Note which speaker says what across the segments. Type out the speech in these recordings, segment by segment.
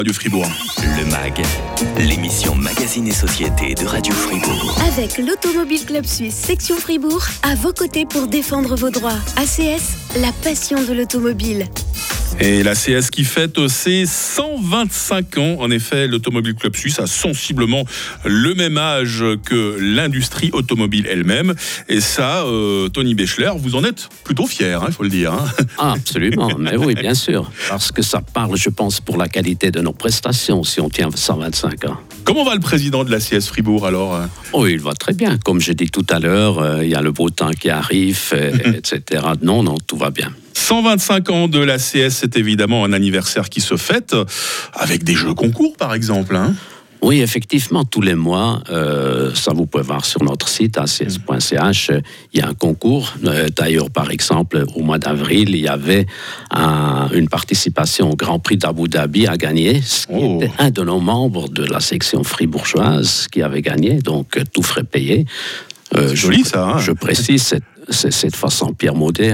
Speaker 1: Radio Fribourg.
Speaker 2: Le MAG, l'émission Magazine et Société de Radio Fribourg.
Speaker 3: Avec l'Automobile Club Suisse, section Fribourg, à vos côtés pour défendre vos droits. ACS, la passion de l'automobile.
Speaker 1: Et la CS qui fête ses 125 ans. En effet, l'Automobile Club Suisse a sensiblement le même âge que l'industrie automobile elle-même. Et ça, Tony Bechler, vous en êtes plutôt fier, il faut le dire.
Speaker 4: Ah, absolument, mais oui, bien sûr. Parce que ça parle, je pense, pour la qualité de nos prestations, si on tient 125 ans.
Speaker 1: Comment va le président de la CS Fribourg, alors ?
Speaker 4: Oh, il va très bien. Comme j'ai dit tout à l'heure, il y a le beau temps qui arrive, etc. Non, tout va bien.
Speaker 1: 125 ans de la CS, c'est évidemment un anniversaire qui se fête avec des jeux concours, par exemple.
Speaker 4: Oui, effectivement, tous les mois, ça vous pouvez voir sur notre site acs.ch, il y a un concours. D'ailleurs, par exemple, au mois d'avril, il y avait une participation au Grand Prix d'Abu Dhabi à gagner. C'était un de nos membres de la section fribourgeoise qui avait gagné, donc tout frais payé.
Speaker 1: Joli ça.
Speaker 4: Je précise, c'est cette fois sans Pierre Maudet.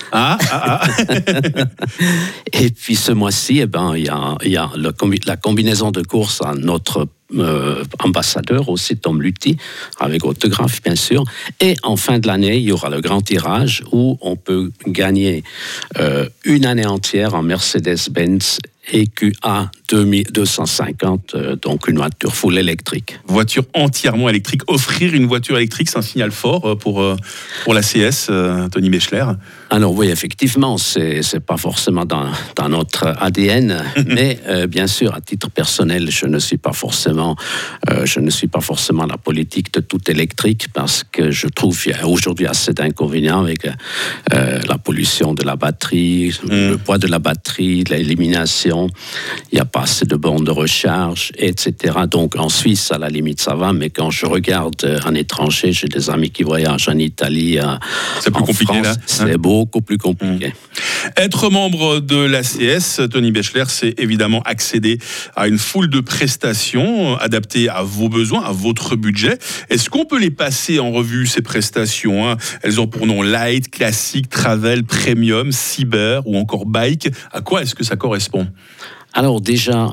Speaker 4: Et puis ce mois-ci, il y a la combinaison de course à notre ambassadeur aussi, Tom Luthi, avec autographe bien sûr. Et en fin de l'année, il y aura le grand tirage où on peut gagner une année entière en Mercedes-Benz EQA 250, donc une voiture full électrique.
Speaker 1: Voiture entièrement électrique. Offrir une voiture électrique, c'est un signal fort pour la CS, Tony Bechler.
Speaker 4: Alors oui, effectivement, c'est pas forcément dans notre ADN, mais bien sûr, à titre personnel, je ne suis pas forcément la politique de tout électrique, parce que je trouve qu'il y a aujourd'hui assez d'inconvénients avec la pollution de la batterie, le poids de la batterie, l'élimination. Il n'y a pas assez de bornes de recharge, etc. Donc en Suisse, à la limite, ça va, mais quand je regarde en étranger, j'ai des amis qui voyagent en Italie,
Speaker 1: c'est plus compliqué,
Speaker 4: France, là. C'est beaucoup plus compliqué.
Speaker 1: Être membre de l'ACS, Tony Bechler, c'est évidemment accéder à une foule de prestations adaptées à vos besoins, à votre budget. Est-ce qu'on peut les passer en revue, ces prestations ? Elles ont pour nom Light, Classique, Travel, Premium, Cyber ou encore Bike. À quoi est-ce que ça correspond ?
Speaker 4: Alors déjà,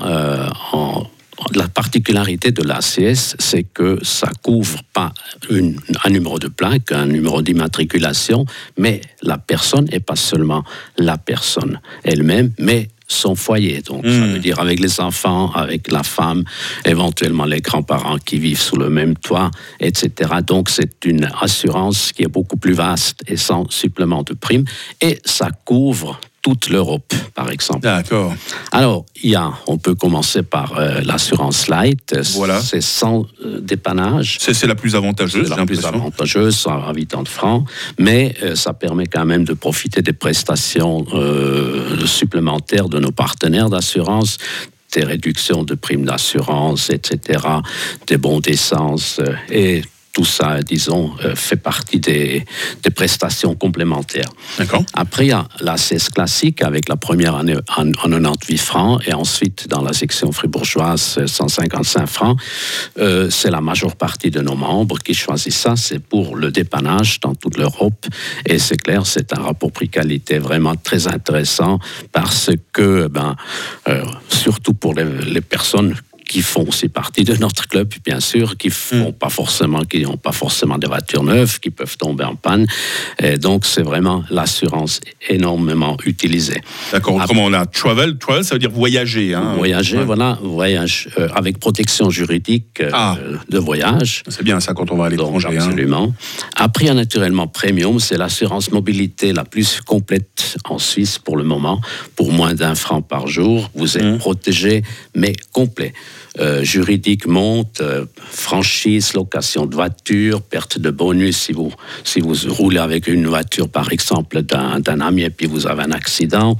Speaker 4: la particularité de l'ACS, c'est que ça couvre pas un numéro de plaque, un numéro d'immatriculation, mais la personne, et pas seulement la personne elle-même, mais son foyer. Donc, ça veut dire avec les enfants, avec la femme, éventuellement les grands-parents qui vivent sous le même toit, etc. Donc, c'est une assurance qui est beaucoup plus vaste et sans supplément de prime. Et ça couvre toute l'Europe, par exemple.
Speaker 1: D'accord.
Speaker 4: Alors, on peut commencer par l'assurance Light.
Speaker 1: Voilà.
Speaker 4: C'est sans dépannage.
Speaker 1: C'est la plus avantageuse.
Speaker 4: C'est la plus avantageuse, 180 francs. Mais ça permet quand même de profiter des prestations supplémentaires de nos partenaires d'assurance, des réductions de primes d'assurance, etc., des bons d'essence et tout ça, disons, fait partie des prestations complémentaires.
Speaker 1: D'accord.
Speaker 4: Après, il y a la CS classique avec la première année en 98 francs et ensuite, dans la section fribourgeoise, 155 francs. C'est la majeure partie de nos membres qui choisissent ça. C'est pour le dépannage dans toute l'Europe. Et c'est clair, c'est un rapport prix-qualité vraiment très intéressant parce que, surtout pour les personnes qui font aussi partie de notre club, bien sûr, qui n'ont pas forcément des voitures neuves, qui peuvent tomber en panne. Et donc, c'est vraiment l'assurance énormément utilisée.
Speaker 1: D'accord. Comment on a travel, ça veut dire voyager.
Speaker 4: Voyager, voilà, voyage avec protection juridique de voyage.
Speaker 1: C'est bien ça quand on va à l'étranger.
Speaker 4: Donc, absolument. Après, il y a naturellement Premium, c'est l'assurance mobilité la plus complète en Suisse pour le moment. Pour moins d'1 franc par jour, vous êtes protégé, mais complet. Juridique monte, franchise, location de voiture, perte de bonus si vous roulez avec une voiture par exemple d'un ami et puis vous avez un accident.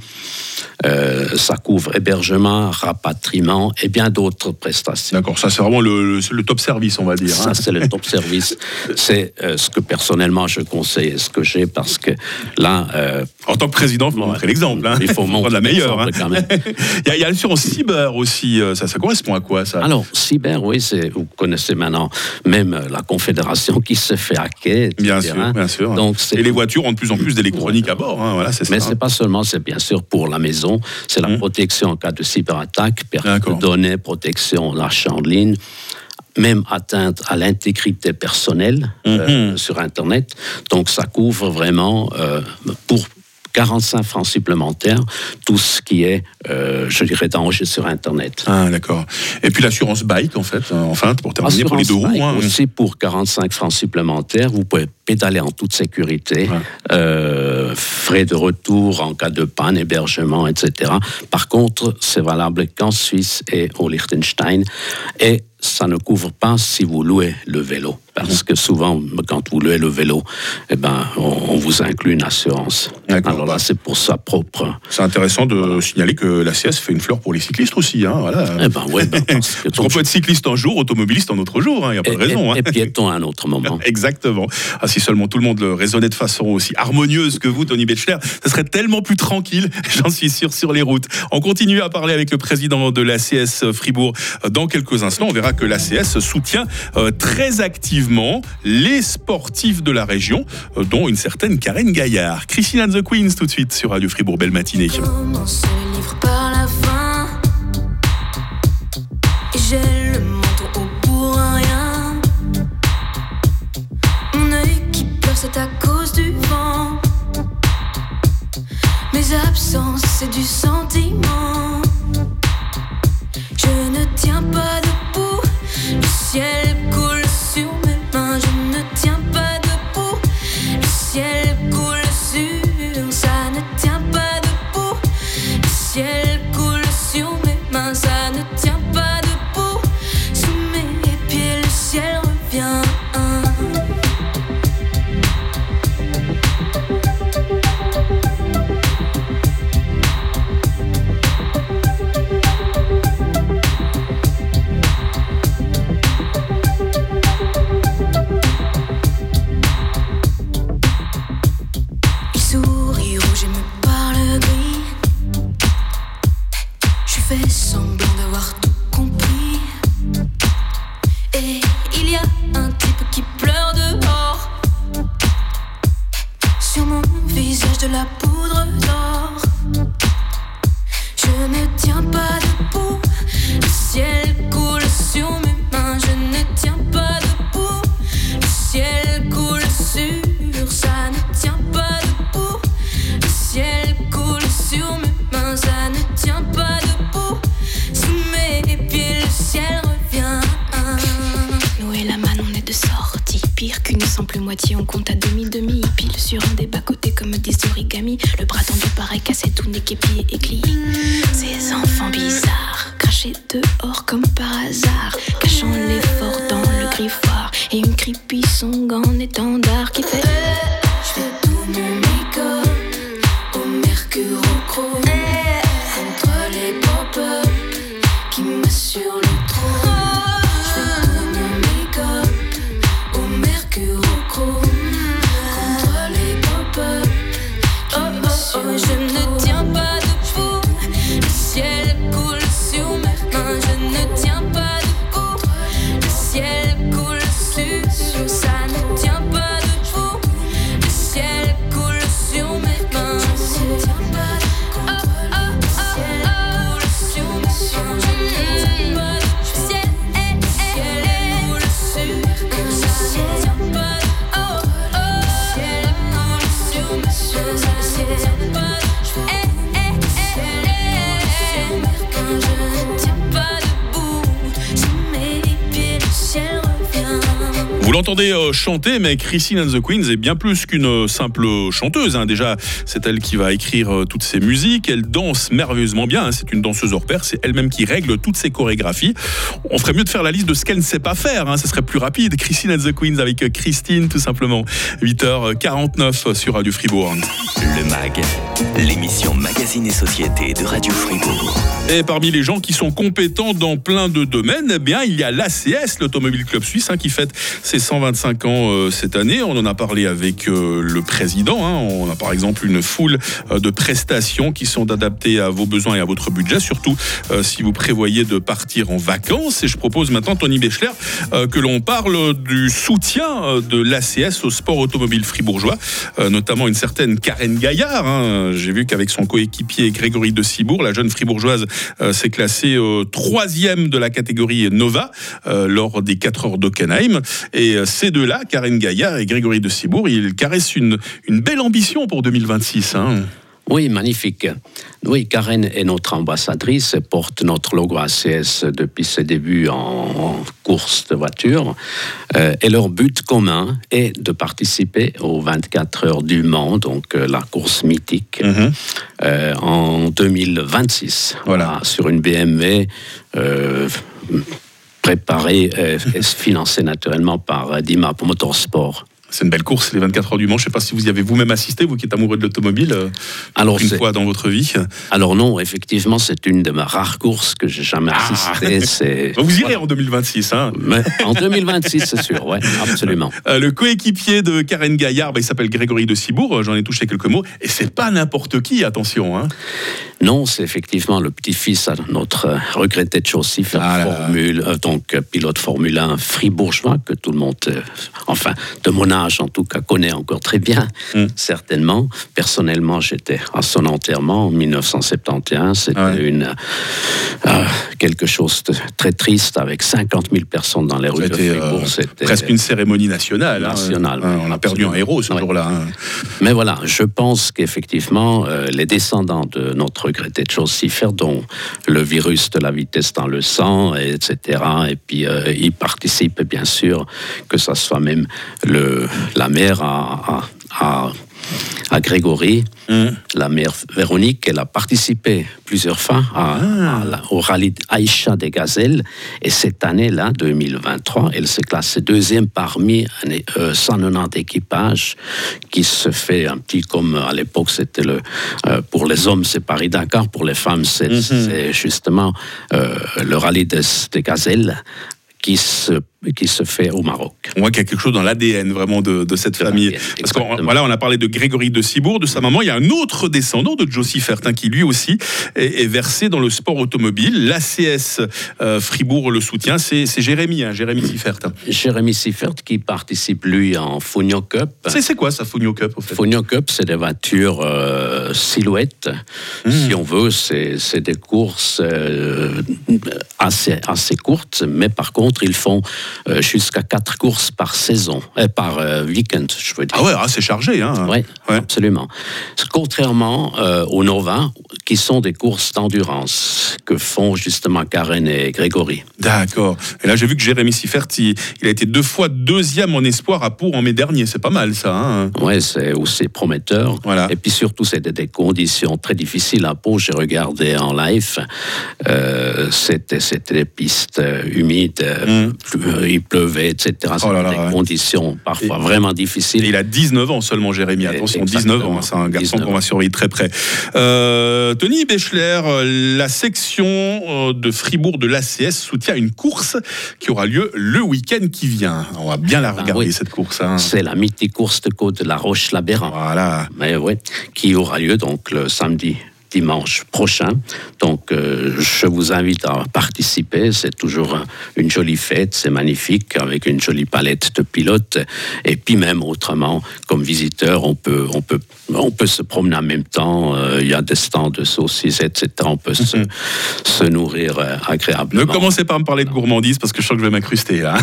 Speaker 4: Ça couvre hébergement, rapatriement et bien d'autres prestations.
Speaker 1: D'accord, ça c'est vraiment le top service, on va dire.
Speaker 4: Ça c'est le top service. C'est ce que personnellement je conseille, ce que j'ai, parce que là...
Speaker 1: en tant que président, il faut montrer l'exemple.
Speaker 4: Il faut montrer
Speaker 1: la meilleure.
Speaker 4: Quand même.
Speaker 1: Il y a l'assurance cyber aussi, ça correspond à quoi ? quoi ça?
Speaker 4: Alors, cyber, oui, vous connaissez maintenant même la confédération qui se fait hacker.
Speaker 1: Bien sûr.
Speaker 4: Donc,
Speaker 1: et les voitures ont de plus en plus d'électronique à bord. Voilà, c'est ça.
Speaker 4: Mais c'est pas seulement, c'est bien sûr pour la maison, c'est la protection en cas de cyberattaque, perte de données, protection d'achat en ligne, même atteinte à l'intégrité personnelle sur Internet. Donc ça couvre vraiment pour 45 francs supplémentaires, tout ce qui est, je dirais, danger sur Internet.
Speaker 1: Ah, d'accord. Et puis l'assurance bike, en fait, enfin, pour terminer, pour les deux roues.
Speaker 4: Aussi pour 45 francs supplémentaires, vous pouvez pédaler en toute sécurité, frais de retour en cas de panne, hébergement, etc. Par contre, c'est valable qu'en Suisse et au Liechtenstein, et ça ne couvre pas si vous louez le vélo. Parce que souvent, quand vous louez le vélo, on vous inclut une assurance. Alors là, c'est pour sa propre.
Speaker 1: C'est intéressant de signaler que l'ACS fait une fleur pour les cyclistes aussi. Voilà. Parce qu'on peut être cycliste un jour, automobiliste un autre jour. Il n'y a pas de raison.
Speaker 4: Et piéton à un autre moment.
Speaker 1: Exactement. Si seulement tout le monde raisonnait de façon aussi harmonieuse que vous, Tony Bechler, ça serait tellement plus tranquille, j'en suis sûr, sur les routes. On continue à parler avec le président de l'ACS Fribourg dans quelques instants. On verra que l'ACS soutient très activement les sportifs de la région, dont une certaine Karen Gaillard. Christine and the Queens tout de suite sur Radio Fribourg. Belle matinée.
Speaker 5: Commence le livre par la fin, et j'ai le menton haut pour rien. Mon œil qui pleure, c'est à cause du vent. Mes absences, c'est du sentiment. Je ne tiens pas debout, le ciel coule sur mes mains. Je ne tiens pas debout, le ciel coule sur. Ça ne tient pas debout, le ciel coule sur mes mains. Ça ne tient pas debout, sous mes pieds le ciel revient. On compte à demi-demi, pile sur un des bas-côtés comme des origamis. Le bras tendu pareil cassé, tout n'est qu'épié et glis. Ces enfants bizarres, crachés dehors comme par hasard, cachant l'effort dans le griffoir. Et une creepy song en étendard qui fait je fais tout mon make-up au mercure au chrome, contre les pop-up qui m'assurent le trône. Je fais tout mon make-up au mercure au chrome, contre les pop-up qui m'assurent le trône. Je ne tiens pas debout, le ciel coule sur mes mains. Je ne tiens pas debout, le ciel coule sur. Ça ne tient pas debout, le ciel coule sur mes mains. Je ne tiens pas debout, le ciel coule sur mes mains. Je ne tiens pas debout, le ciel coule sur mes mains. Je ne tiens pas debout, le ciel coule sur mes mains. Je ne tiens pas debout.
Speaker 1: Vous l'entendez chanter, mais Christine and the Queens est bien plus qu'une simple chanteuse. Déjà, c'est elle qui va écrire toutes ses musiques. Elle danse merveilleusement bien. C'est une danseuse hors pair. C'est elle-même qui règle toutes ses chorégraphies. On ferait mieux de faire la liste de ce qu'elle ne sait pas faire. Ce serait plus rapide. Christine and the Queens avec Christine, tout simplement. 8h49 sur Radio Fribourg.
Speaker 2: Le MAG, l'émission Magazine et Société de Radio Fribourg.
Speaker 1: Et parmi les gens qui sont compétents dans plein de domaines, il y a l'ACS, l'Automobile Club Suisse, qui fête ses 125 ans cette année. On en a parlé avec le président. On a par exemple une foule de prestations qui sont adaptées à vos besoins et à votre budget, surtout si vous prévoyez de partir en vacances. Et je propose maintenant, Tony Bechler, que l'on parle du soutien de l'ACS au sport automobile fribourgeois, notamment une certaine Karen Gaillard. J'ai vu qu'avec son coéquipier Grégory de Cibourg, la jeune fribourgeoise s'est classée 3e de la catégorie Nova lors des 4 heures d'Hockenheim. Et ces deux-là, Karen Gaillard et Grégory de Cibourg, ils caressent une belle ambition pour 2026.
Speaker 4: Oui, magnifique. Oui, Karen est notre ambassadrice, elle porte notre logo ACS depuis ses débuts en course de voiture. Et leur but commun est de participer aux 24 heures du Mans, donc la course mythique, en 2026. Voilà, sur une BMW préparée et financée naturellement par DIMAP Motorsport.
Speaker 1: C'est une belle course, les 24 heures du Mans. Je ne sais pas si vous y avez vous-même assisté, vous qui êtes amoureux de l'automobile, une fois dans votre vie.
Speaker 4: Alors non, effectivement, c'est une de mes rares courses que j'ai jamais assistée.
Speaker 1: Vous irez en 2026.
Speaker 4: Mais en 2026, c'est sûr, oui, absolument.
Speaker 1: Le coéquipier de Karen Gaillard, il s'appelle Grégory de Cibourg, j'en ai touché quelques mots. Et c'est pas n'importe qui, attention.
Speaker 4: Non, c'est effectivement le petit-fils à notre regretté Joe Siffert, donc pilote Formule 1 fribourgeois, que tout le monde, de mon âge en tout cas, connaît encore très bien, certainement. Personnellement, j'étais à son enterrement en 1971. C'était quelque chose de très triste, avec 50 000 personnes dans les rues de Fribourg.
Speaker 1: C'était presque une cérémonie nationale. On a perdu un héros ce jour-là.
Speaker 4: Mais voilà, je pense qu'effectivement, les descendants de notre regretté Joe Siffert, dont le virus de la vitesse dans le sang, etc., et puis ils participent bien sûr, que ça soit même la mère à Grégory, la mère Véronique, elle a participé plusieurs fois au rallye Aïcha des Gazelles, et cette année-là, 2023, elle s'est classée 2e parmi 190 équipages, qui se fait un petit, comme à l'époque c'était pour les hommes c'est Paris-Dakar, pour les femmes c'est justement le rallye des Gazelles, qui se fait au Maroc.
Speaker 1: On voit qu'il y a quelque chose dans l'ADN vraiment de cette famille. Parce qu'on a parlé de Grégory de Cibourg, de sa maman. Il y a un autre descendant de Joe Siffert qui lui aussi est versé dans le sport automobile. L'ACS Fribourg le soutient. C'est Jérémy Siffert.
Speaker 4: Jérémy Siffert qui participe lui en Fogno Cup.
Speaker 1: C'est quoi ça, Fogno Cup au fait?
Speaker 4: Fogno Cup, c'est des voitures silhouettes. Si on veut, c'est des courses assez courtes, mais par contre ils font jusqu'à 4 courses par saison, par week-end, je veux dire.
Speaker 1: C'est chargé.
Speaker 4: Oui, absolument. Contrairement aux Nova, qui sont des courses d'endurance que font justement Karen et Grégory.
Speaker 1: D'accord. Et là, j'ai vu que Jérémy Siffert, il a été 2 fois 2e en espoir à Pau en mai dernier. C'est pas mal, ça.
Speaker 4: Oui, c'est aussi prometteur. Voilà. Et puis surtout, c'était des conditions très difficiles à Pau. J'ai regardé en live. C'était des pistes humides, il pleuvait, etc. C'était des conditions parfois vraiment difficiles.
Speaker 1: Il a 19 ans seulement, Jérémy. Attention, 19 ans. C'est un garçon qu'on va surveiller très près. Tony Bechler, la section de Fribourg de l'ACS soutient une course qui aura lieu le week-end qui vient. On va bien la regarder, cette course.
Speaker 4: C'est la mythique course de côte de la Roche-Labéran.
Speaker 1: Voilà.
Speaker 4: Mais qui aura lieu donc le dimanche prochain. Donc, je vous invite à participer. C'est toujours une jolie fête, c'est magnifique, avec une jolie palette de pilotes. Et puis même autrement, comme visiteur, on peut se promener en même temps. Il y a des stands de saucisses, etc. On peut se nourrir agréablement.
Speaker 1: Ne commencez pas à me parler de gourmandise parce que je sens que je vais m'incruster là.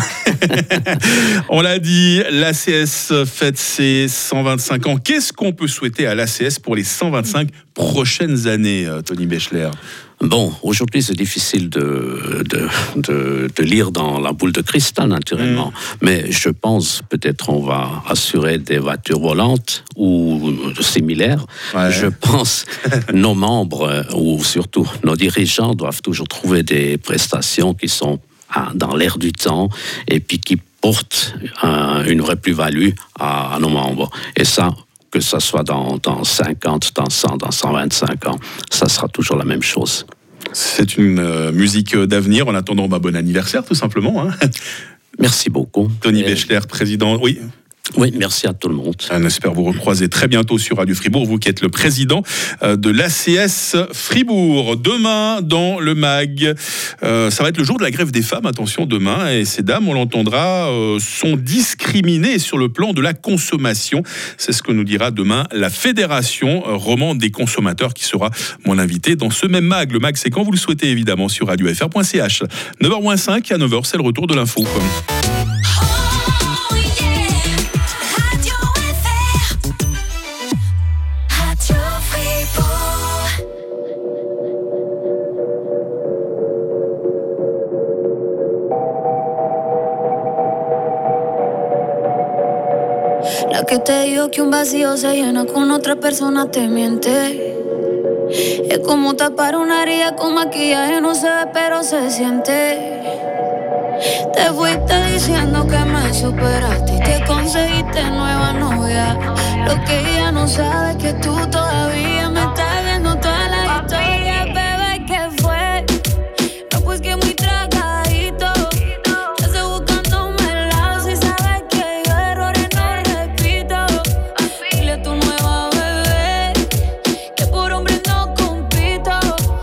Speaker 1: On l'a dit, l'ACS fête ses 125 ans. Qu'est-ce qu'on peut souhaiter à l'ACS pour les 125 prochaines années, Tony Bechler?
Speaker 4: Bon, aujourd'hui, c'est difficile de lire dans la boule de cristal, naturellement. Mais je pense, peut-être, on va assurer des voitures volantes ou similaires. Je pense, nos membres, ou surtout nos dirigeants, doivent toujours trouver des prestations qui sont dans l'air du temps et puis qui portent une vraie plus-value à nos membres. Et ça, que ça soit dans 50, dans 100, dans 125 ans, ça sera toujours la même chose.
Speaker 1: C'est une musique d'avenir en attendant bon anniversaire, tout simplement.
Speaker 4: Merci beaucoup.
Speaker 1: Tony Bechler, président. Oui.
Speaker 4: Oui, merci à tout le monde.
Speaker 1: On espère vous recroiser très bientôt sur Radio Fribourg, vous qui êtes le président de l'ACS Fribourg. Demain, dans le MAG, ça va être le jour de la grève des femmes. Attention, demain, et ces dames, on l'entendra, sont discriminées sur le plan de la consommation. C'est ce que nous dira demain la Fédération romande des consommateurs, qui sera mon invité dans ce même MAG. Le MAG, c'est quand vous le souhaitez, évidemment, sur radiofr.ch. 9h-5 à 9h, c'est le retour de l'info.
Speaker 6: La que te dijo que un vacío se llena con otra persona te miente. Es como tapar una herida con maquillaje, no se ve pero se siente. Te fuiste diciendo que me superaste y te conseguiste nueva novia. Lo que ella no sabe es que tú todavía me estás viendo toda la historia. Bebé, ¿qué fue? No, pues que muy tragadito. Te estoy buscándome el lado si sabes que yo errores no repito. Dile a tu nueva bebé que por hombre no compito.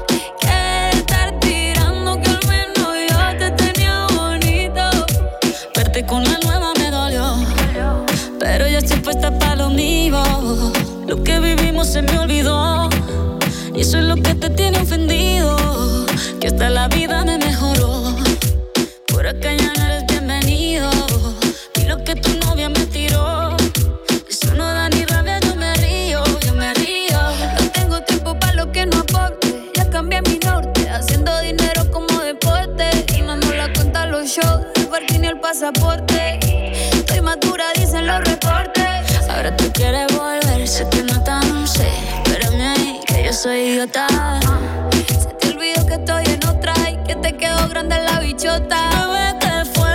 Speaker 6: Que estar tirando que al menos yo te tenía bonito. Verte con la nueva me dolió, pero yo estoy puesta para lo mío. Lo que vivimos se me olvidó y eso es lo que te tiene ofendido. Que hasta la vida me mejoró. Por acá ya no eres bienvenido. Y lo que tu novia me tiró, eso no da ni rabia, yo me río, yo me río. No tengo tiempo para lo que no aporte. Ya cambié mi norte, haciendo dinero como deporte. Y no nos la cuentan los shows, el parking y el pasaporte. Estoy madura, dicen los reportes. Ahora tú quieres volver, sé que no tan sé. Espérame ahí, que yo soy idiota. Se te olvidó que estoy en otra y que te quedó grande la bichota. Bebé, ¿qué fue?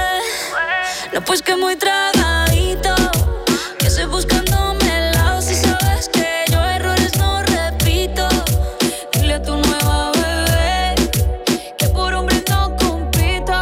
Speaker 6: No, pues que muy tragadito. Que estoy buscándome el lado si sabes que yo errores no repito. Dile a tu nueva bebé que por hombre no compito.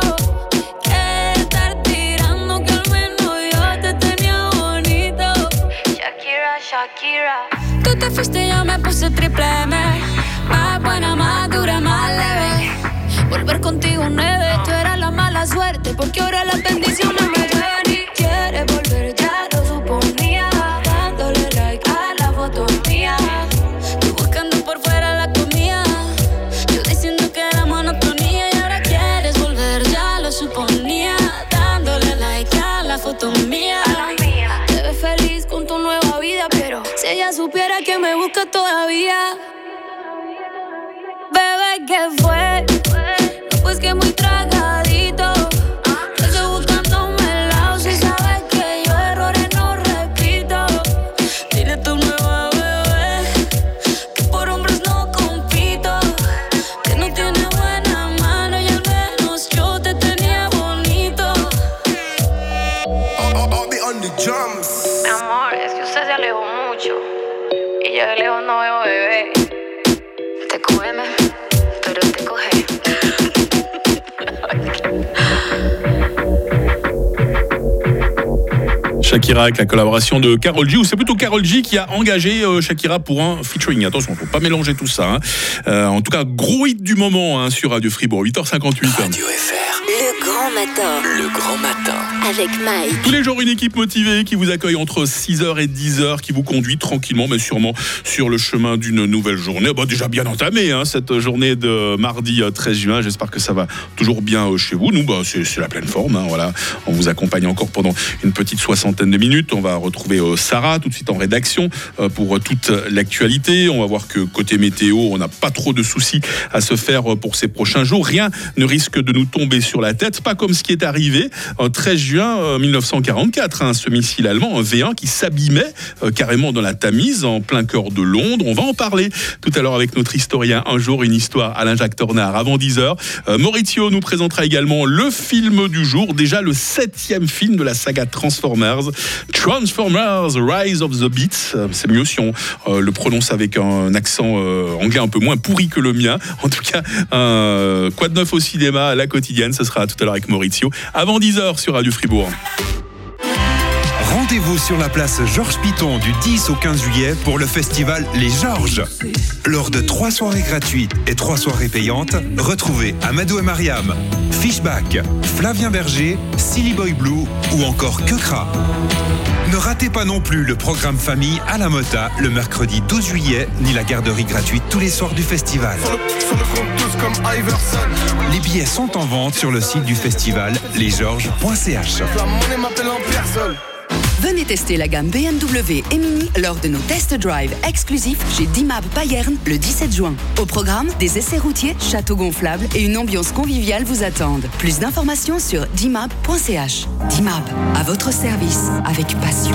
Speaker 6: Que estar tirando que al menos yo te tenía bonito. Shakira, Shakira. Tú te fuiste y yo me puse triple M. Más buena, más dura, más leve. Volver contigo nueve. Tú eras la mala suerte porque ahora las bendiciones me llueven. Y quieres volver, ya lo suponía. Dándole like a la foto mía. Tú buscando por fuera la comida. Yo diciendo que era monotonía. Y ahora quieres volver, ya lo suponía. Dándole like a la foto mía. Te ves feliz con tu nueva vida, pero si ella supiera que me busca todavía. Bebé, ¿qué fue? No, pues que muy tragadito. Te estoy buscándome el lado si sabes que yo errores no repito. Dile a tu nueva bebé que por hombres no compito. Que no tiene buena mano y al menos yo te tenía bonito.
Speaker 7: Mi amor, es que usted se alejó mucho y yo de lejos no veo bebé. Te cógeme, pero te coge.
Speaker 1: Shakira avec la collaboration de Karol G, ou c'est plutôt Karol G qui a engagé Shakira pour un featuring. Attention, faut pas mélanger tout ça. En tout cas, gros hit du moment sur Radio Fribourg, 8h58.
Speaker 2: Radio FR.
Speaker 3: Le grand matin.
Speaker 2: Le grand matin.
Speaker 3: Avec Mike.
Speaker 1: Tous les jours, une équipe motivée qui vous accueille entre 6h et 10h, qui vous conduit tranquillement, mais sûrement sur le chemin d'une nouvelle journée. Bon, déjà bien entamée, cette journée de mardi 13 juin. J'espère que ça va toujours bien chez vous. Nous, c'est la pleine forme. Voilà. On vous accompagne encore pendant une petite soixantaine de minutes. On va retrouver Sarah tout de suite en rédaction pour toute l'actualité. On va voir que côté météo, on n'a pas trop de soucis à se faire pour ces prochains jours. Rien ne risque de nous tomber sur la tête. Pas comme ce qui est arrivé 13 juin. juin 1944, ce missile allemand, un V1 qui s'abîmait carrément dans la Tamise, en plein cœur de Londres. On va en parler tout à l'heure avec notre historien Un jour, une histoire, Alain-Jacques Tornard. Avant 10h, Maurizio nous présentera également le film du jour, déjà le 7e film de la saga Transformers, Rise of the Beats. C'est mieux si on le prononce avec un accent anglais un peu moins pourri que le mien. En tout cas, quoi de neuf au cinéma, à la quotidienne, ce sera tout à l'heure avec Maurizio, avant 10h sur Radio Fribourg.
Speaker 8: Rendez-vous sur la place Georges Piton du 10 au 15 juillet pour le festival Les Georges. Lors de 3 soirées gratuites et 3 soirées payantes, retrouvez Amadou et Mariam, Fishback, Flavien Berger, Silly Boy Blue ou encore Kekra. Ne ratez pas non plus le programme famille à la Mota le mercredi 12 juillet, ni la garderie gratuite tous les soirs du festival. Les billets sont en vente sur le site du festival lesgeorges.ch.
Speaker 9: Venez tester la gamme BMW et Mini lors de nos test drive exclusifs chez Dimab Bayern le 17 juin. Au programme, des essais routiers, châteaux gonflables et une ambiance conviviale vous attendent. Plus d'informations sur dimab.ch. Dimab, à votre service, avec passion.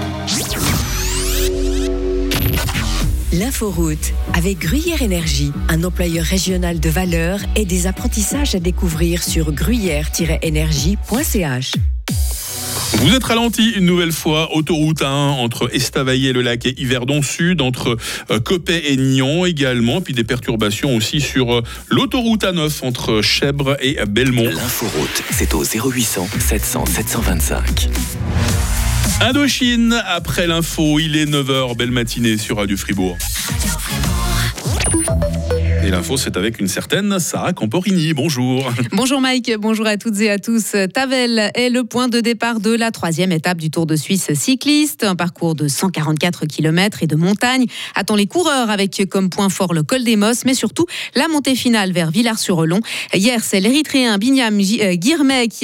Speaker 10: L'inforoute avec Gruyère Énergie, un employeur régional de valeur et des apprentissages à découvrir sur gruyère-énergie.ch.
Speaker 1: Vous êtes ralenti une nouvelle fois, autoroute 1 entre Estavayer-le-Lac et Yverdon Sud, entre Coppet et Nyon également, puis des perturbations aussi sur l'autoroute A9 entre Chèvres et Belmont.
Speaker 2: L'inforoute, c'est au 0800 700 725.
Speaker 1: Indochine, après l'info, il est 9h, belle matinée sur Radio Fribourg. Et l'info, c'est avec une certaine Sarah Camporini. Bonjour.
Speaker 11: Bonjour Mike, bonjour à toutes et à tous. Tavel est le point de départ de la 3e étape du Tour de Suisse cycliste. Un parcours de 144 km et de montagne. Attend les coureurs avec comme point fort le col des Mosses, mais surtout la montée finale vers Villars-sur-Olon. Hier, c'est l'Érythréen Binyam Girmay qui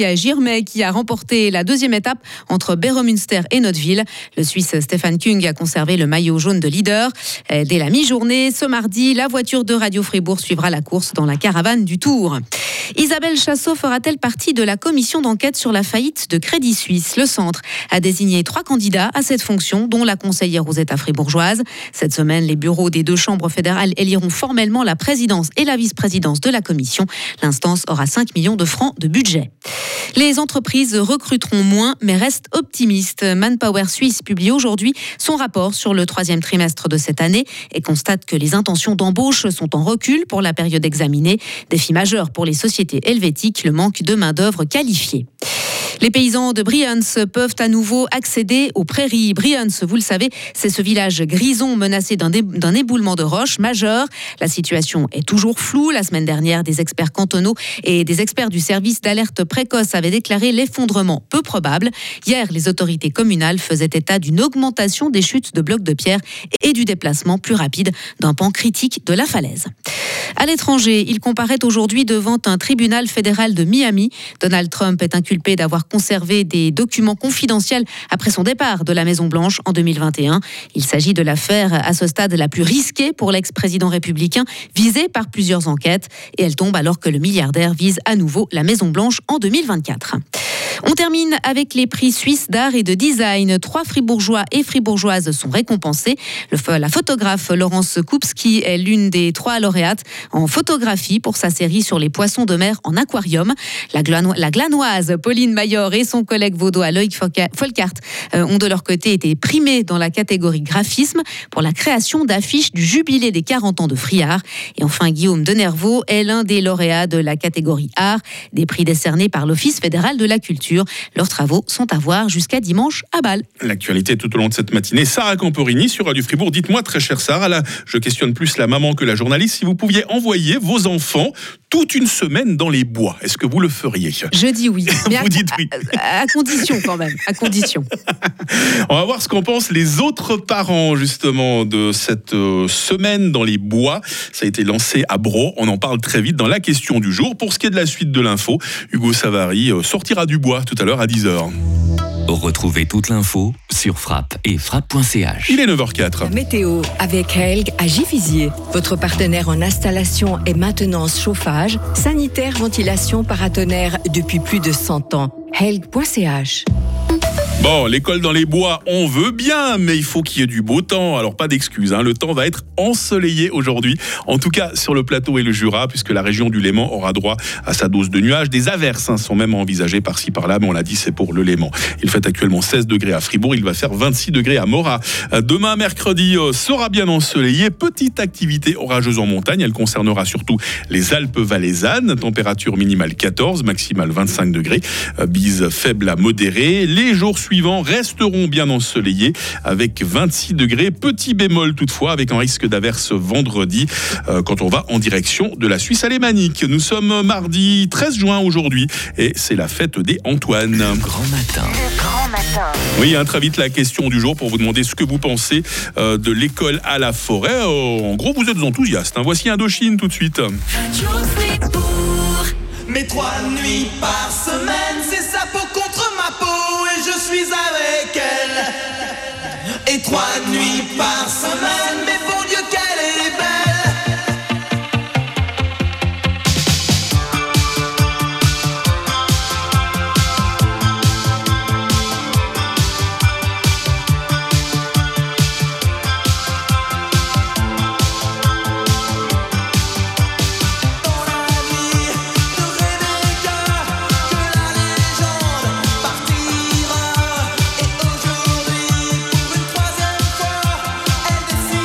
Speaker 11: a remporté la 2e étape entre Beromünster et Notteville. Le Suisse Stefan Kung a conservé le maillot jaune de leader. Dès la mi-journée, ce mardi, la voiture de Radio Fribourg suivra la course dans la caravane du Tour. Isabelle Chassot fera-t-elle partie de la commission d'enquête sur la faillite de Crédit Suisse ? Le centre a désigné 3 candidats à cette fonction, dont la conseillère Rosetta fribourgeoise. Cette semaine, les bureaux des 2 chambres fédérales éliront formellement la présidence et la vice-présidence de la commission. L'instance aura 5 millions de francs de budget. Les entreprises recruteront moins, mais restent optimistes. Manpower Suisse publie aujourd'hui son rapport sur le 3e trimestre de cette année et constate que les intentions d'embauche sont en recul pour la période examinée. Défi majeur pour les sociétés helvétiques, le manque de main-d'œuvre qualifiée. Les paysans de Briens peuvent à nouveau accéder aux prairies. Briens, vous le savez, c'est ce village grison menacé d'un éboulement de roches majeur. La situation est toujours floue. La semaine dernière, des experts cantonaux et des experts du service d'alerte précoce avaient déclaré l'effondrement peu probable. Hier, les autorités communales faisaient état d'une augmentation des chutes de blocs de pierre et du déplacement plus rapide d'un pan critique de la falaise. À l'étranger, il comparaît aujourd'hui devant un tribunal fédéral de Miami. Donald Trump est inculpé d'avoir conservé des documents confidentiels après son départ de la Maison-Blanche en 2021. Il s'agit de l'affaire à ce stade la plus risquée pour l'ex-président républicain, visé par plusieurs enquêtes. Et elle tombe alors que le milliardaire vise à nouveau la Maison-Blanche en 2024. On termine avec les prix suisses d'art et de design. 3 fribourgeois et fribourgeoises sont récompensés. La photographe Laurence Kupski est l'une des 3 lauréates en photographie pour sa série sur les poissons de mer en aquarium. La glanoise Pauline Mayor et son collègue vaudois Loïc Folkart ont de leur côté été primés dans la catégorie graphisme pour la création d'affiches du jubilé des 40 ans de Friard. Et enfin, Guillaume Denervaux est l'un des lauréats de la catégorie art, des prix décernés par l'Office fédéral de la culture. Leurs travaux sont à voir jusqu'à dimanche à Bâle.
Speaker 1: L'actualité tout au long de cette matinée. Sarah Camporini sur Radio Fribourg. Dites-moi, très chère Sarah, là, je questionne plus la maman que la journaliste, si vous pouviez envoyer vos enfants toute une semaine dans les bois, est-ce que vous le feriez ?
Speaker 11: Je dis oui. Mais
Speaker 1: vous dites oui.
Speaker 11: À condition quand même, à condition.
Speaker 1: On va voir ce qu'en pensent les autres parents justement de cette semaine dans les bois. Ça a été lancé à Bro. On en parle très vite dans la question du jour. Pour ce qui est de la suite de l'info, Hugo Savary sortira du bois tout à l'heure à 10h.
Speaker 2: Retrouvez toute l'info sur Frappe et frappe.ch.
Speaker 1: Il est 9h04.
Speaker 10: Météo avec Helg à Givisier, votre partenaire en installation et maintenance chauffage, sanitaire, ventilation, paratonnerre depuis plus de 100 ans. Helg.ch.
Speaker 1: Bon, l'école dans les bois, on veut bien, mais il faut qu'il y ait du beau temps. Alors pas d'excuses, le temps va être ensoleillé aujourd'hui. En tout cas, sur le plateau et le Jura, puisque la région du Léman aura droit à sa dose de nuages. Des averses sont même envisagées par-ci par-là, mais on l'a dit, c'est pour le Léman. Il fait actuellement 16 degrés à Fribourg, il va faire 26 degrés à Morat. Demain, mercredi, sera bien ensoleillé. Petite activité orageuse en montagne, elle concernera surtout les Alpes valaisannes. Température minimale 14, maximale 25 degrés. Bise faible à modérée. Les jours suivants resteront bien ensoleillés avec 26 degrés. Petit bémol toutefois avec un risque d'averse vendredi quand on va en direction de la Suisse alémanique. Nous sommes mardi 13 juin aujourd'hui et c'est la fête des Antoine.
Speaker 2: Le grand matin.
Speaker 1: Oui, très vite la question du jour pour vous demander ce que vous pensez de l'école à la forêt. En gros, vous êtes enthousiaste. Voici Indochine tout de suite.
Speaker 12: Mais 3 nuits par semaine, c'est sa peau contre ma peau et je suis avec elle. Et 3 nuits par semaine, mais bon Dieu qu'elle est belle. Et aujourd'hui, pour une 3e fois, elle décide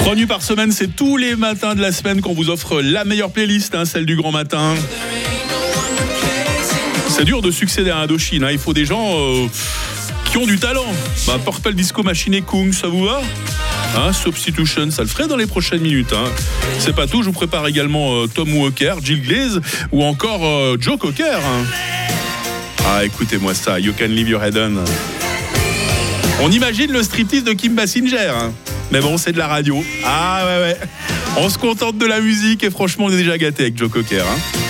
Speaker 1: 3 nuits par semaine, c'est tous les matins de la semaine qu'on vous offre la meilleure playlist, celle du grand matin. C'est dur de succéder à Indochine, il faut des gens qui ont du talent. Purple Disco Machine et Kung, ça vous va ? Substitution, ça le ferait dans les prochaines minutes. C'est pas tout, je vous prépare également Tom Walker, Jill Glaze ou encore Joe Cocker. Écoutez-moi ça, You Can Leave Your Head On. On imagine le striptease de Kim Basinger. Mais bon, c'est de la radio. Ouais. On se contente de la musique et franchement, on est déjà gâtés avec Joe Cocker.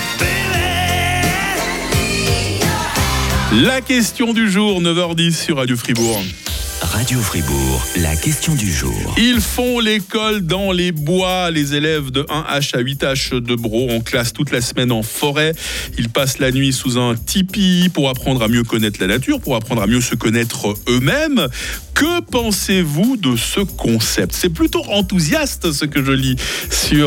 Speaker 1: La question du jour, 9h10 sur Radio Fribourg.
Speaker 2: Radio Fribourg, la question du jour.
Speaker 1: Ils font l'école dans les bois, les élèves de 1H à 8H de Bro en classe toute la semaine en forêt. Ils passent la nuit sous un tipi pour apprendre à mieux connaître la nature, pour apprendre à mieux se connaître eux-mêmes. Que pensez-vous de ce concept ? C'est plutôt enthousiaste ce que je lis sur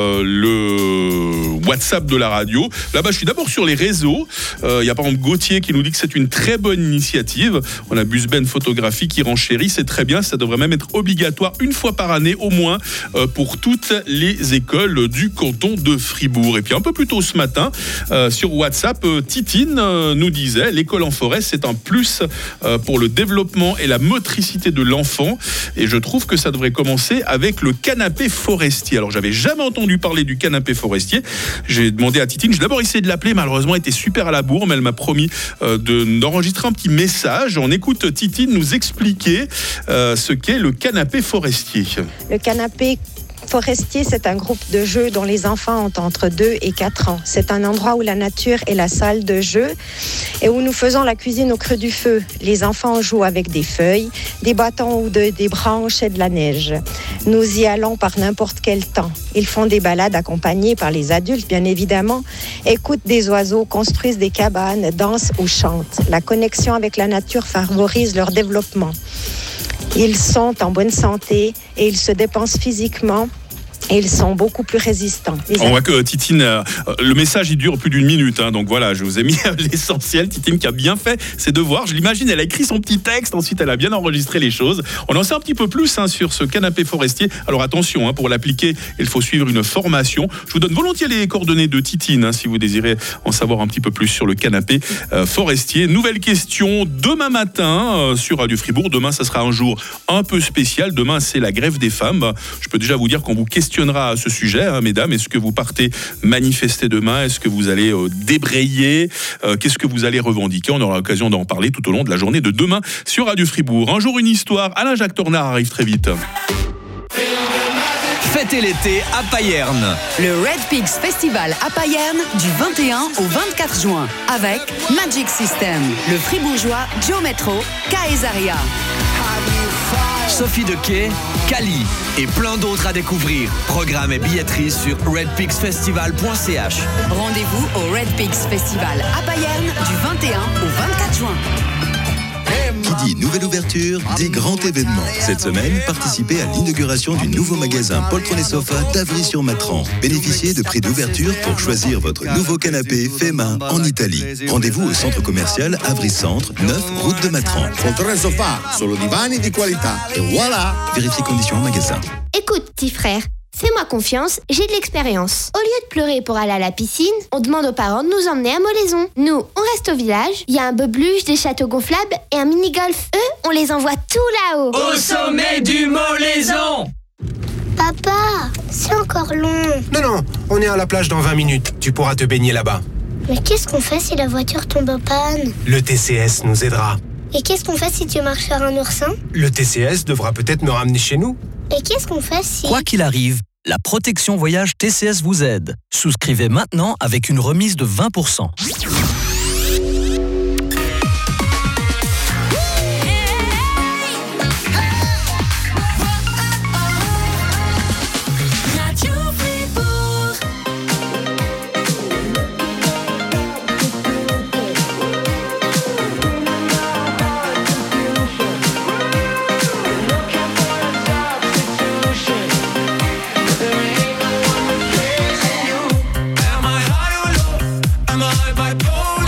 Speaker 1: le WhatsApp de la radio. Là-bas, je suis d'abord sur les réseaux. Il y a par exemple Gauthier qui nous dit que c'est une très bonne initiative. On a Busben Photographie qui renchérit. C'est très bien. Ça devrait même être obligatoire une fois par année au moins pour toutes les écoles du canton de Fribourg. Et puis un peu plus tôt ce matin, sur WhatsApp, Titine nous disait l'école en forêt, c'est un plus pour le développement et la motricité de l'enfant, et je trouve que ça devrait commencer avec le canapé forestier. Alors j'avais jamais entendu parler du canapé forestier. J'ai demandé à Titine, j'ai d'abord essayé de l'appeler, malheureusement elle était super à la bourre, mais elle m'a promis d'enregistrer un petit message. On écoute Titine nous expliquer ce qu'est le canapé forestier.
Speaker 13: Le canapé forestier, c'est un groupe de jeux dont les enfants ont entre 2 et 4 ans. C'est un endroit où la nature est la salle de jeu et où nous faisons la cuisine au creux du feu. Les enfants jouent avec des feuilles, des bâtons ou des branches et de la neige. Nous y allons par n'importe quel temps. Ils font des balades accompagnés par les adultes, bien évidemment, écoutent des oiseaux, construisent des cabanes, dansent ou chantent. La connexion avec la nature favorise leur développement. Ils sont en bonne santé et ils se dépensent physiquement. Et ils sont beaucoup plus résistants.
Speaker 1: On voit que Titine, le message il dure plus d'une minute, donc voilà, je vous ai mis l'essentiel. Titine qui a bien fait ses devoirs, je l'imagine, elle a écrit son petit texte, ensuite elle a bien enregistré les choses. On en sait un petit peu plus sur ce canapé forestier. Alors attention, pour l'appliquer, il faut suivre une formation. Je vous donne volontiers les coordonnées de Titine si vous désirez en savoir un petit peu plus sur le canapé forestier. Nouvelle question demain matin sur Radio Fribourg. Demain, ça sera un jour un peu spécial. Demain, c'est la grève des femmes. Je peux déjà vous dire qu'on vous questionnera à ce sujet, mesdames. Est-ce que vous partez manifester demain ? Est-ce que vous allez débrayer ? Qu'est-ce que vous allez revendiquer ? On aura l'occasion d'en parler tout au long de la journée de demain sur Radio Fribourg. Un jour, une histoire. Alain-Jacques Tornard arrive très vite.
Speaker 14: Fêtez l'été à Payerne.
Speaker 9: Le Red Pigs Festival à Payerne du 21 au 24 juin avec Magic System, le fribourgeois Joe Metro, Caesaria,
Speaker 14: Sophie Dequet, Kali et plein d'autres à découvrir. Programme et billetterie sur redpigsfestival.ch.
Speaker 9: Rendez-vous au Red Pigs Festival à Payerne du 21 au 24 juin.
Speaker 15: Qui dit nouvelle ouverture, dit grand événement. Cette semaine, participez à l'inauguration du nouveau magasin Poltron et Sofa d'Avry-sur-Matran. Bénéficiez de prix d'ouverture pour choisir votre nouveau canapé fait main en Italie. Rendez-vous au centre commercial Avry Centre, 9 route de Matran.
Speaker 16: Poltron et Sofa, solo divani di qualità. Et voilà.
Speaker 15: Vérifiez conditions en magasin.
Speaker 17: Écoute, petit frère. Fais-moi confiance, j'ai de l'expérience. Au lieu de pleurer pour aller à la piscine, on demande aux parents de nous emmener à Molaison. Nous, on reste au village, il y a un beubluche, des châteaux gonflables et un mini-golf. Eux, on les envoie tout là-haut.
Speaker 18: Au sommet du Molaison.
Speaker 17: Papa, c'est encore long.
Speaker 19: Non, on est à la plage dans 20 minutes. Tu pourras te baigner là-bas.
Speaker 17: Mais qu'est-ce qu'on fait si la voiture tombe en panne ?
Speaker 19: Le TCS nous aidera.
Speaker 17: Et qu'est-ce qu'on fait si tu marches sur un oursin ?
Speaker 19: Le TCS devra peut-être me ramener chez nous.
Speaker 17: Et qu'est-ce qu'on fait si...
Speaker 14: Quoi qu'il arrive, la protection voyage TCS vous aide. Souscrivez maintenant avec une remise de 20%.
Speaker 12: Am I high or low? Am I bipolar?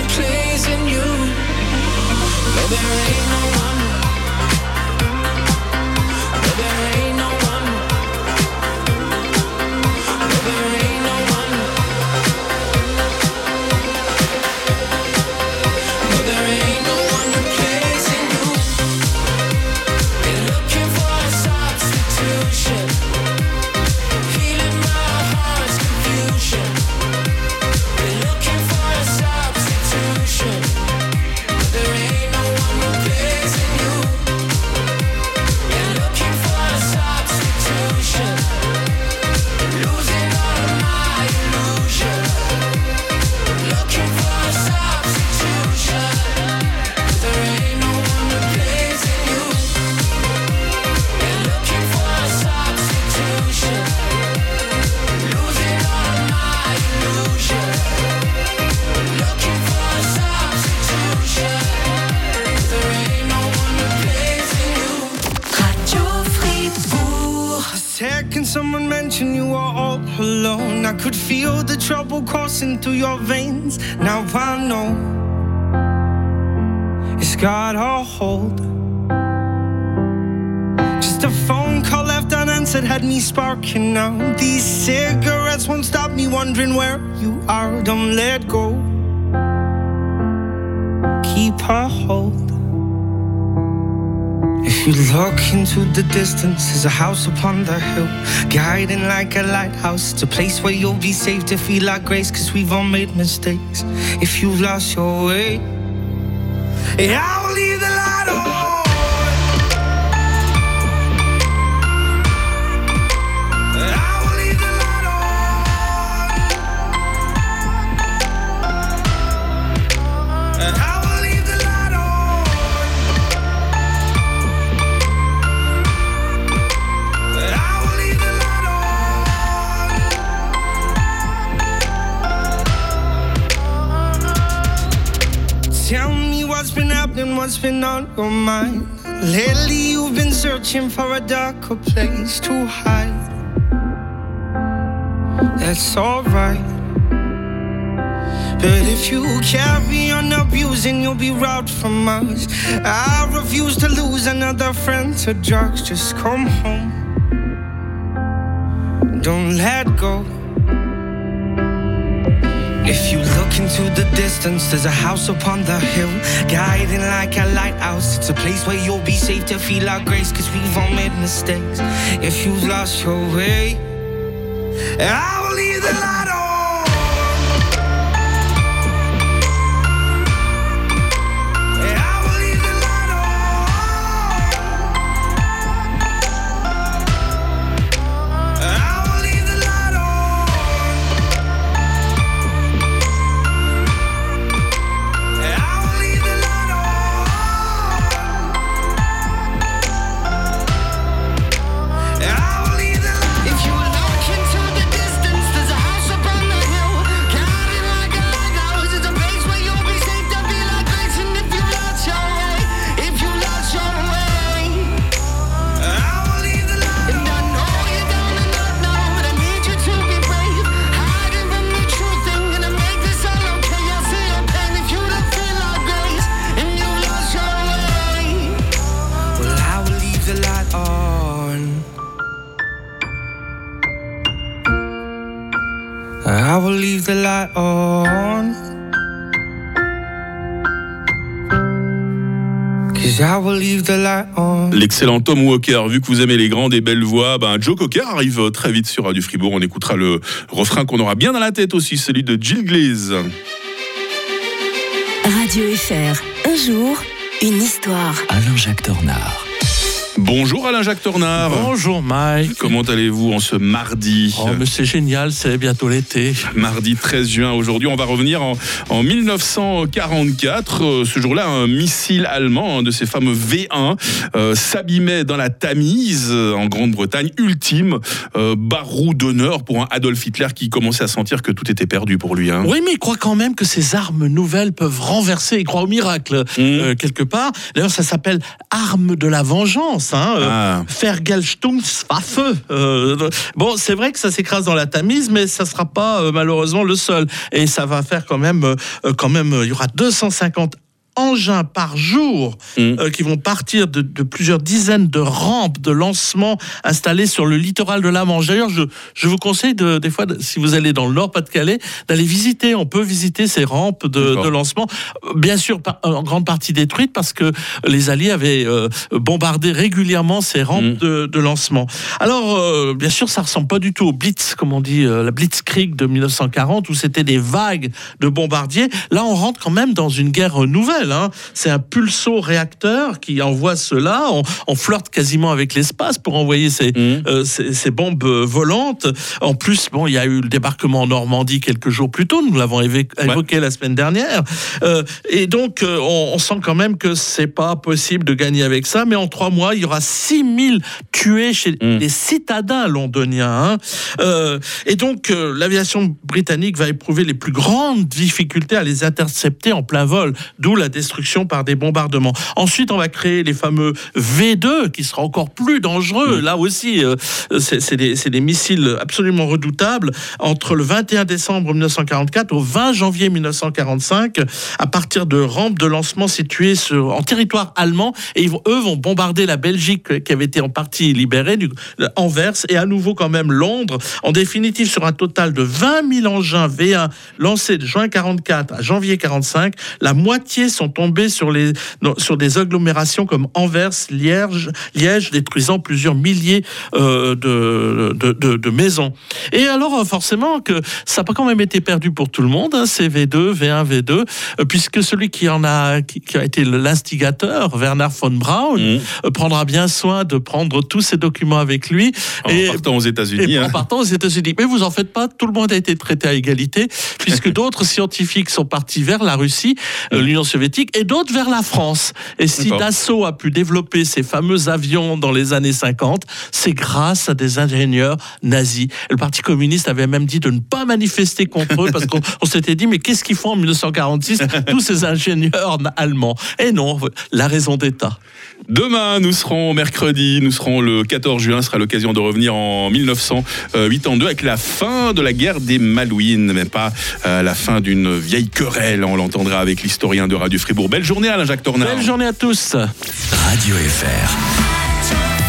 Speaker 12: replacing you. No, there ain't no one. No, there ain't no one. No, there ain't no one. No, there ain't no one replacing you. Been looking for a substitution. Healing my heart's confusion. Been looking for a substitution. But there ain't no one replacing you. Been looking for a substitution. Losing all of my illusion. Looking for a substitution. But there ain't no one replacing you. Been looking for a substitution. Losing all of my illusion. Looking for a substitution. There ain't no one replacing you. Radio Fribourg.
Speaker 20: The second someone mentioned you were all alone, I could feel the trouble coursing through your veins. Now I know it's got a hold. Just a phone call left unanswered had me sparking now. These cigarettes won't stop me wondering where you are. Don't let go. Keep a hold. If you look into the distance, there's a house upon the hill, guiding like a lighthouse. It's a place where you'll be safe to feel like grace, cause we've all made mistakes. If you've lost your way, I will leave the light on. I will leave the light on. I will leave the light on. I will leave the light on. Tell me what's been happening, what's been on your mind. Lately you've been searching for a darker place to hide. That's alright. But if you carry on abusing, you'll be robbed from us. I refuse to lose another friend to drugs. Just come home. Don't let go. If you look into the distance, there's a house upon the hill, guiding like a lighthouse. It's a place where you'll be safe to feel our grace, cause we've all made mistakes. If you've lost your way, I will leave the light on. I will leave the light on. I will leave the light on. I will leave the light on. I will leave the light. If you look into the distance, there's a house upon the hill, guiding like a lighthouse. It's a place where you'll be safe to be like grace. And if you lost your way, if you lost your way, I will leave the light. And I know you're down and not know, but I need you to be brave. Hiding from the truth, ain't gonna make this all okay. I see your pain if you don't feel like grace, and you lost your way. Well, I will leave the light on. I will leave the light on. 'Cause I will leave the light on.
Speaker 1: L'excellent Tom Walker. Vu que vous aimez les grandes et belles voix, Joe Cocker arrive très vite sur Radio Fribourg. On écoutera le refrain qu'on aura bien dans la tête aussi, celui de Jill Glaze.
Speaker 3: Radio FR, un jour, une histoire.
Speaker 2: Alain-Jacques Tornard.
Speaker 1: Bonjour Alain-Jacques Tornard.
Speaker 21: Bonjour Mike.
Speaker 1: Comment allez-vous en ce mardi ?
Speaker 21: Oh, mais c'est génial, c'est bientôt l'été.
Speaker 1: Mardi 13 juin, aujourd'hui, on va revenir en 1944. Ce jour-là, un missile allemand, de ces fameux V1, s'abîmait dans la Tamise, en Grande-Bretagne. Ultime barreau d'honneur pour un Adolf Hitler qui commençait à sentir que tout était perdu pour lui.
Speaker 21: Oui, mais il croit quand même que ces armes nouvelles peuvent renverser. Il croit au miracle, quelque part. D'ailleurs, ça s'appelle arme de la vengeance. France. Vergeltungswaffe. Bon, c'est vrai que ça s'écrase dans la Tamise, mais ça ne sera pas malheureusement le seul. Et ça va faire quand même, il y aura 250 engins par jour qui vont partir de plusieurs dizaines de rampes de lancement installées sur le littoral de la Manche. D'ailleurs, je vous conseille des fois, si vous allez dans le Nord-Pas-de-Calais, d'aller visiter. On peut visiter ces rampes de lancement. Bien sûr, en grande partie détruites parce que les Alliés avaient bombardé régulièrement ces rampes de lancement. Alors, bien sûr, ça ressemble pas du tout au Blitz, comme on dit, la Blitzkrieg de 1940, où c'était des vagues de bombardiers. Là, on rentre quand même dans une guerre nouvelle. C'est un pulso-réacteur qui envoie cela. On flirte quasiment avec l'espace pour envoyer ces bombes volantes. En plus, il y a eu le débarquement en Normandie quelques jours plus tôt. Nous l'avons évoqué la semaine dernière. Et donc, on sent quand même que c'est pas possible de gagner avec ça. Mais en 3 mois, il y aura 6000 tués chez les citadins londoniens. Et donc, l'aviation britannique va éprouver les plus grandes difficultés à les intercepter en plein vol. D'où la destruction par des bombardements. Ensuite, on va créer les fameux V2 qui sera encore plus dangereux. Là aussi, c'est des missiles absolument redoutables. Entre le 21 décembre 1944 au 20 janvier 1945, à partir de rampes de lancement situées en territoire allemand, et eux vont bombarder la Belgique qui avait été en partie libérée, Anvers, et à nouveau quand même Londres. En définitive, sur un total de 20 000 engins V1 lancés de juin 44 à janvier 45, la moitié sont tombés sur des agglomérations comme Anvers, Liège, détruisant plusieurs milliers de maisons. Et alors, forcément, que ça n'a pas quand même été perdu pour tout le monde, ces V2, V1, V2, puisque celui qui a été l'instigateur, Werner von Braun, prendra bien soin de prendre tous ces documents avec lui.
Speaker 1: En partant aux États-Unis.
Speaker 21: En partant aux États-Unis. Mais vous en faites pas, tout le monde a été traité à égalité, puisque d'autres scientifiques sont partis vers la Russie, l'Union soviétique, et d'autres vers la France. Et si Dassault a pu développer ces fameux avions dans les années 50, c'est grâce à des ingénieurs nazis. Et le Parti communiste avait même dit de ne pas manifester contre eux, parce qu'on s'était dit, mais qu'est-ce qu'ils font en 1946, tous ces ingénieurs allemands? Et non, la raison d'État.
Speaker 1: Demain, nous serons mercredi, nous serons le 14 juin, ce sera l'occasion de revenir en 1982 avec la fin de la guerre des Malouines, mais pas la fin d'une vieille querelle, on l'entendra avec l'historien de Radio Fribourg. Belle journée Alain Jacques Tornard.
Speaker 21: Belle journée à tous.
Speaker 2: Radio FR.